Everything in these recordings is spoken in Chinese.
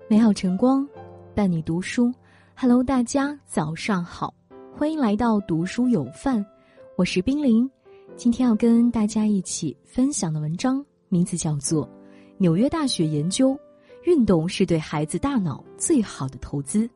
美好晨光伴你读书。 Hello， 大家早上好，欢迎来到读书有范，我是冰凌。今天要跟大家一起分享的文章名字叫做《纽约大学研究，运动是对孩子大脑最好的投资》。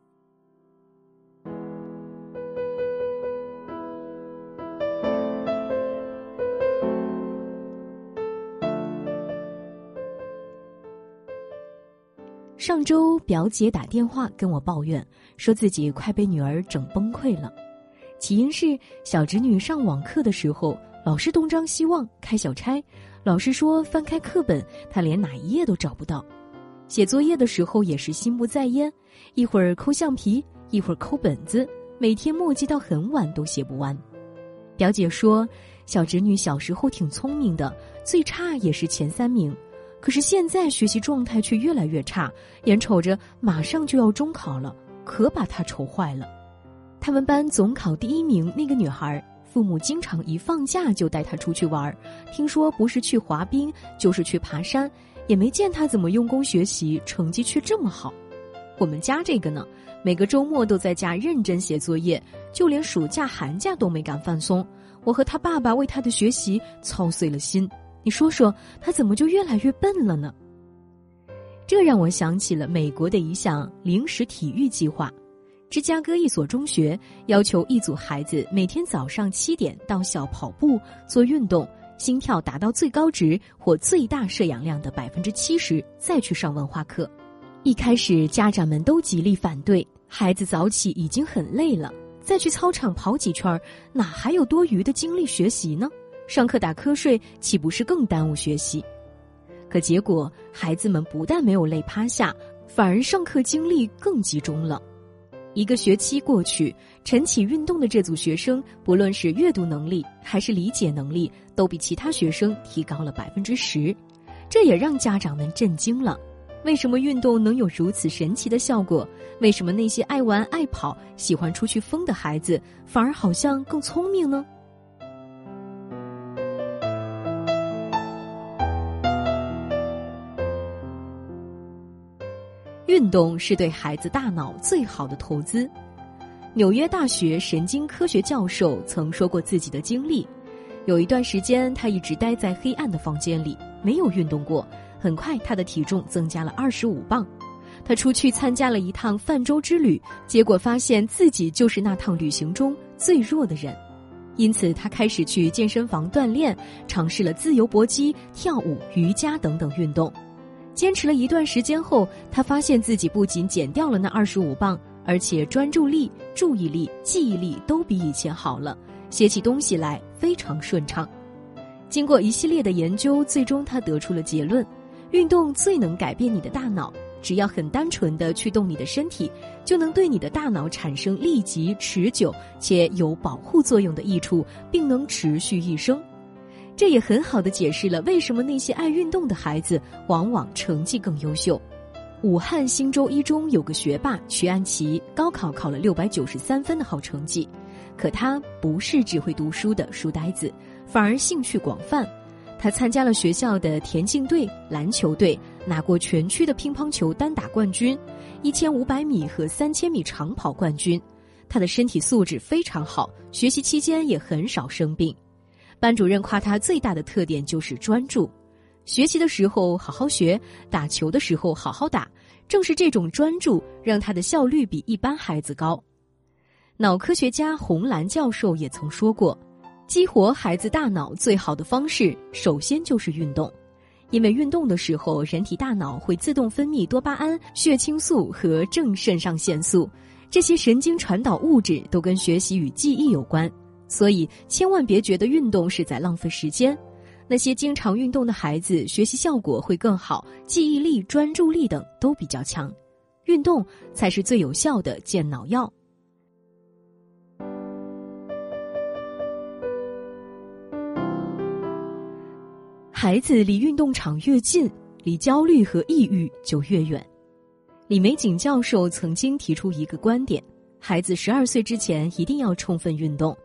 上周表姐打电话跟我抱怨，说自己快被女儿整崩溃了。起因是小侄女上网课的时候，老师东张西望开小差，老师说翻开课本她连哪一页都找不到。写作业的时候也是心不在焉，一会儿抠橡皮，一会儿抠本子，每天墨迹到很晚都写不完。表姐说小侄女小时候挺聪明的，最差也是前3名，可是现在学习状态却越来越差，眼瞅着马上就要中考了，可把她愁坏了。他们班总考第1名那个女孩，父母经常一放假就带她出去玩，听说不是去滑冰就是去爬山，也没见她怎么用功学习，成绩却这么好。我们家这个呢，每个周末都在家认真写作业，就连暑假寒假都没敢放松。我和他爸爸为他的学习操碎了心，你说说他怎么就越来越笨了呢？这让我想起了美国的一项零食体育计划。芝加哥一所中学要求一组孩子每天早上7点到校跑步做运动，心跳达到最高值或最大摄氧量的70%，再去上文化课。一开始家长们都极力反对，孩子早起已经很累了，再去操场跑几圈，哪还有多余的精力学习呢？上课打瞌睡岂不是更耽误学习？可结果孩子们不但没有累趴下，反而上课精力更集中了。1个学期过去，晨起运动的这组学生，不论是阅读能力还是理解能力，都比其他学生提高了10%。这也让家长们震惊了。为什么运动能有如此神奇的效果？为什么那些爱玩爱跑喜欢出去疯的孩子反而好像更聪明呢？运动是对孩子大脑最好的投资。纽约大学神经科学教授曾说过自己的经历，有一段时间他一直待在黑暗的房间里，没有运动过，很快他的体重增加了25磅。他出去参加了一趟泛舟之旅，结果发现自己就是那趟旅行中最弱的人。因此他开始去健身房锻炼，尝试了自由搏击、跳舞、瑜伽等等运动。坚持了一段时间后，他发现自己不仅减掉了那25磅，而且专注力、注意力、记忆力都比以前好了，写起东西来非常顺畅。经过一系列的研究，最终他得出了结论：运动最能改变你的大脑，只要很单纯地去动你的身体，就能对你的大脑产生立即、持久且有保护作用的益处，并能持续一生。这也很好地解释了为什么那些爱运动的孩子往往成绩更优秀。武汉新州一中有个学霸曲安琪，高考考了693分的好成绩，可他不是只会读书的书呆子，反而兴趣广泛。他参加了学校的田径队、篮球队，拿过全区的乒乓球单打冠军、1500米和3000米长跑冠军。他的身体素质非常好，学习期间也很少生病。班主任夸他最大的特点就是专注，学习的时候好好学，打球的时候好好打，正是这种专注让他的效率比一般孩子高。脑科学家洪兰教授也曾说过，激活孩子大脑最好的方式，首先就是运动。因为运动的时候，人体大脑会自动分泌多巴胺、血清素和正肾上腺素，这些神经传导物质都跟学习与记忆有关。所以千万别觉得运动是在浪费时间，那些经常运动的孩子学习效果会更好，记忆力、专注力等都比较强。运动才是最有效的健脑药。孩子离运动场越近，离焦虑和抑郁就越远。李玫瑾教授曾经提出一个观点，孩子12岁之前一定要充分运动。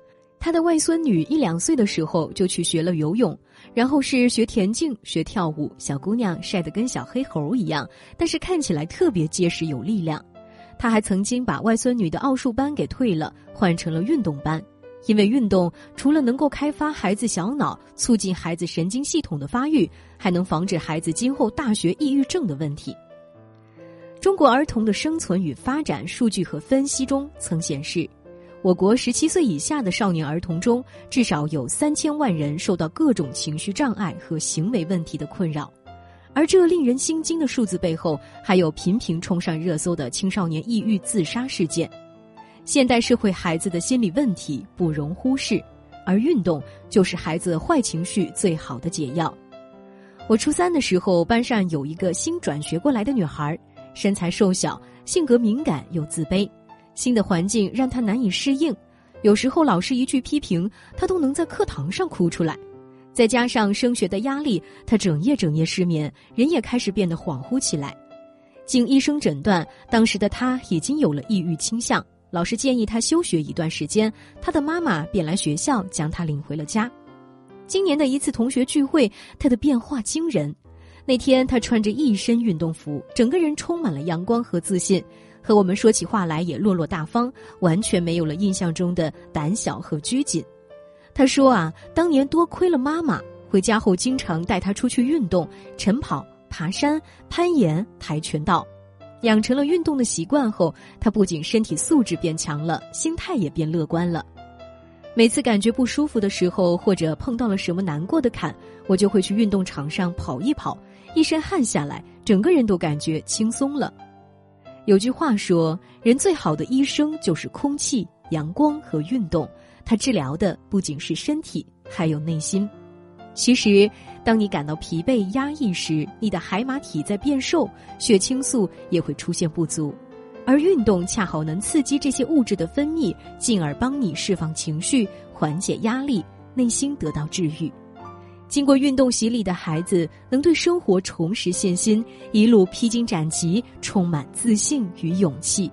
他的外孙女1-2岁的时候就去学了游泳，然后是学田径、学跳舞，小姑娘晒得跟小黑猴一样，但是看起来特别结实有力量。他还曾经把外孙女的奥数班给退了，换成了运动班，因为运动除了能够开发孩子小脑，促进孩子神经系统的发育，还能防止孩子今后大学抑郁症的问题。中国儿童的生存与发展数据和分析中曾显示，我国17岁以下的少年儿童中，至少有3000万人受到各种情绪障碍和行为问题的困扰。而这令人心惊的数字背后，还有频频冲上热搜的青少年抑郁自杀事件。现代社会孩子的心理问题不容忽视，而运动就是孩子坏情绪最好的解药。我初3的时候，班上有一个新转学过来的女孩，身材瘦小，性格敏感又自卑，新的环境让她难以适应，有时候老师一句批评，她都能在课堂上哭出来。再加上升学的压力，她整夜失眠，人也开始变得恍惚起来。经医生诊断，当时的她已经有了抑郁倾向，老师建议她休学一段时间，她的妈妈便来学校将她领回了家。今年的一次同学聚会，她的变化惊人。那天她穿着一身运动服，整个人充满了阳光和自信，和我们说起话来也落落大方，完全没有了印象中的胆小和拘谨。她说当年多亏了妈妈，回家后经常带她出去运动，晨跑、爬山、攀岩、跆拳道。养成了运动的习惯后，她不仅身体素质变强了，心态也变乐观了。每次感觉不舒服的时候，或者碰到了什么难过的坎，我就会去运动场上跑一跑，一身汗下来，整个人都感觉轻松了。有句话说，人最好的医生就是空气、阳光和运动，它治疗的不仅是身体，还有内心。其实当你感到疲惫压抑时，你的海马体在变瘦，血清素也会出现不足，而运动恰好能刺激这些物质的分泌，进而帮你释放情绪，缓解压力，内心得到治愈。经过运动洗礼的孩子能对生活重拾信心，一路披荆斩棘，充满自信与勇气。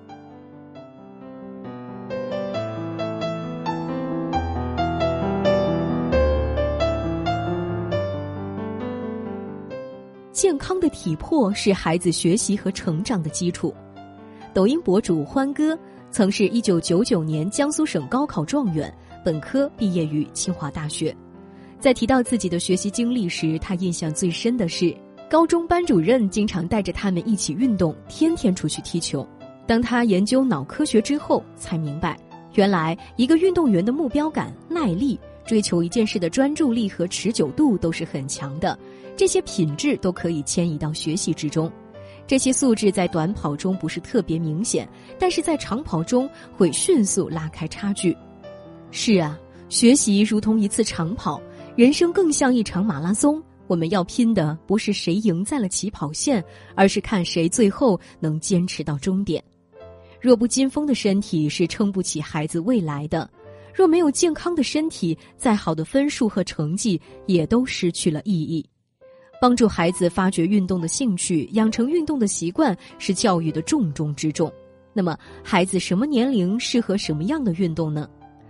健康的体魄是孩子学习和成长的基础。抖音博主欢哥曾是1999年江苏省高考状元，本科毕业于清华大学。在提到自己的学习经历时，他印象最深的是高中班主任经常带着他们一起运动，天天出去踢球。当他研究脑科学之后，才明白原来一个运动员的目标感、耐力、追求一件事的专注力和持久度都是很强的，这些品质都可以迁移到学习之中。这些素质在短跑中不是特别明显，但是在长跑中会迅速拉开差距。是学习如同一次长跑，人生更像一场马拉松，我们要拼的不是谁赢在了起跑线，而是看谁最后能坚持到终点。弱不禁风的身体是撑不起孩子未来的，若没有健康的身体，再好的分数和成绩也都失去了意义。帮助孩子发掘运动的兴趣，养成运动的习惯，是教育的重中之重。那么孩子什么年龄适合什么样的运动呢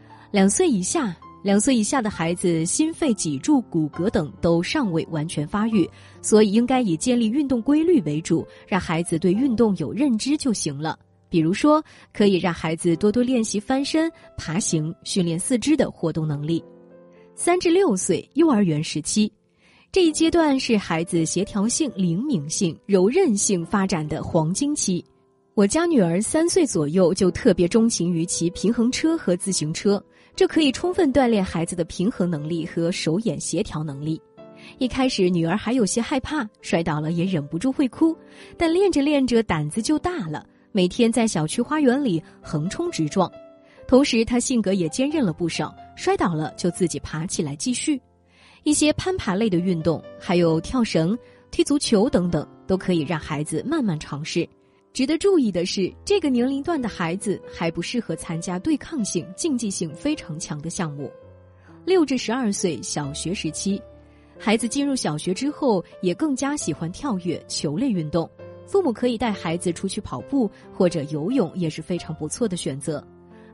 ？2岁以下的孩子心肺脊柱骨骼等都尚未完全发育，所以应该以建立运动规律为主，让孩子对运动有认知就行了。比如说可以让孩子多多练习翻身、爬行，训练四肢的活动能力。3至6岁幼儿园时期，这一阶段是孩子协调性、灵敏性、柔韧性发展的黄金期。我家女儿3岁左右就特别钟情于骑平衡车和自行车，这可以充分锻炼孩子的平衡能力和手眼协调能力。一开始女儿还有些害怕，摔倒了也忍不住会哭，但练着练着胆子就大了，每天在小区花园里横冲直撞。同时她性格也坚韧了不少，摔倒了就自己爬起来继续。一些攀爬类的运动，还有跳绳、踢足球等等，都可以让孩子慢慢尝试。值得注意的是，这个年龄段的孩子还不适合参加对抗性、竞技性非常强的项目。6至12岁小学时期，孩子进入小学之后也更加喜欢跳跃、球类运动，父母可以带孩子出去跑步或者游泳，也是非常不错的选择。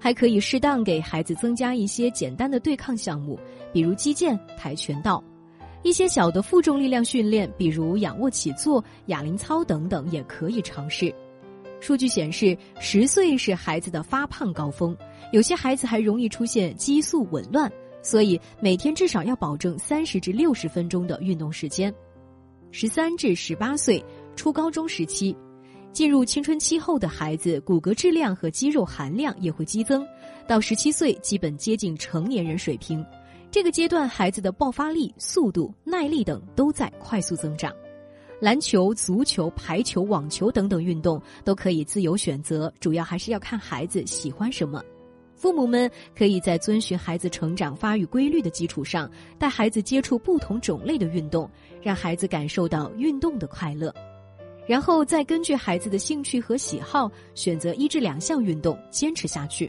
还可以适当给孩子增加一些简单的对抗项目，比如击剑、跆拳道。一些小的负重力量训练，比如仰卧起坐、哑铃操等等，也可以尝试。数据显示，10岁是孩子的发胖高峰，有些孩子还容易出现激素紊乱，所以每天至少要保证30至60分钟的运动时间。13至18岁，初高中时期，进入青春期后的孩子，骨骼质量和肌肉含量也会激增，到17岁基本接近成年人水平。这个阶段，孩子的爆发力、速度、耐力等都在快速增长。篮球、足球、排球、网球等等运动都可以自由选择，主要还是要看孩子喜欢什么。父母们可以在遵循孩子成长发育规律的基础上，带孩子接触不同种类的运动，让孩子感受到运动的快乐。然后再根据孩子的兴趣和喜好，选择1至2项运动，坚持下去。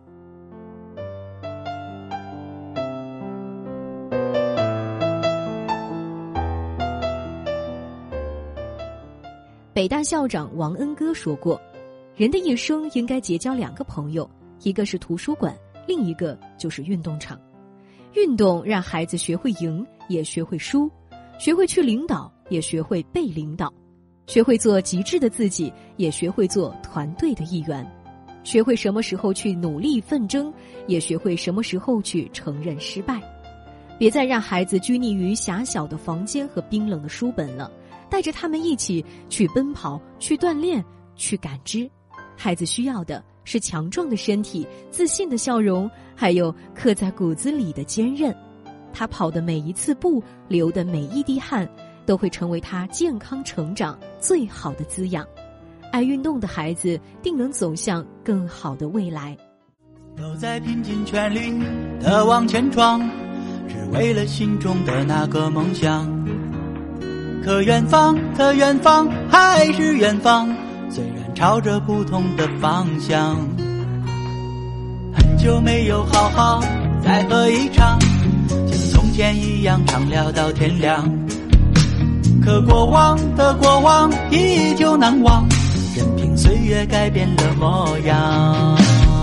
北大校长王恩歌说过，人的一生应该结交2个朋友，一个是图书馆，另一个就是运动场。运动让孩子学会赢，也学会输，学会去领导，也学会被领导，学会做极致的自己，也学会做团队的一员，学会什么时候去努力奋争，也学会什么时候去承认失败。别再让孩子拘泥于狭小的房间和冰冷的书本了，带着他们一起去奔跑，去锻炼，去感知。孩子需要的是强壮的身体、自信的笑容，还有刻在骨子里的坚韧。他跑的每一次步，流的每一滴汗，都会成为他健康成长最好的滋养。爱运动的孩子定能走向更好的未来。 都在拼尽全力的往前闯，只为了心中的那个梦想。可远方的远方还是远方，虽然朝着不同的方向。很久没有好好再喝一场，像从前一样畅聊到天亮。可过往的过往依旧难忘，任凭岁月改变了模样。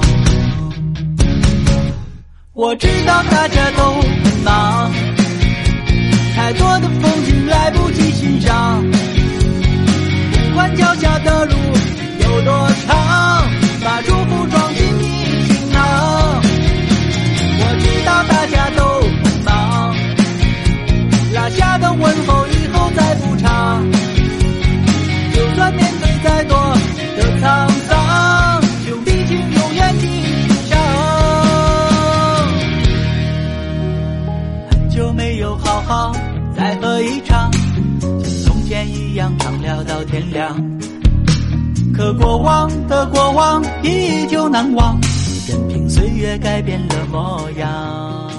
我知道大家都很忙，太多的风景来不及欣赏，不管脚下的路有多长，把祝福装进你行囊。我知道大家都很忙，落下的问候以后再补偿，就算面对再多的沧桑，兄弟情永远记上。很久没有好好再喝一场，像从前一样畅聊到天亮。可过往的过往依旧难忘，任凭岁月改变了模样。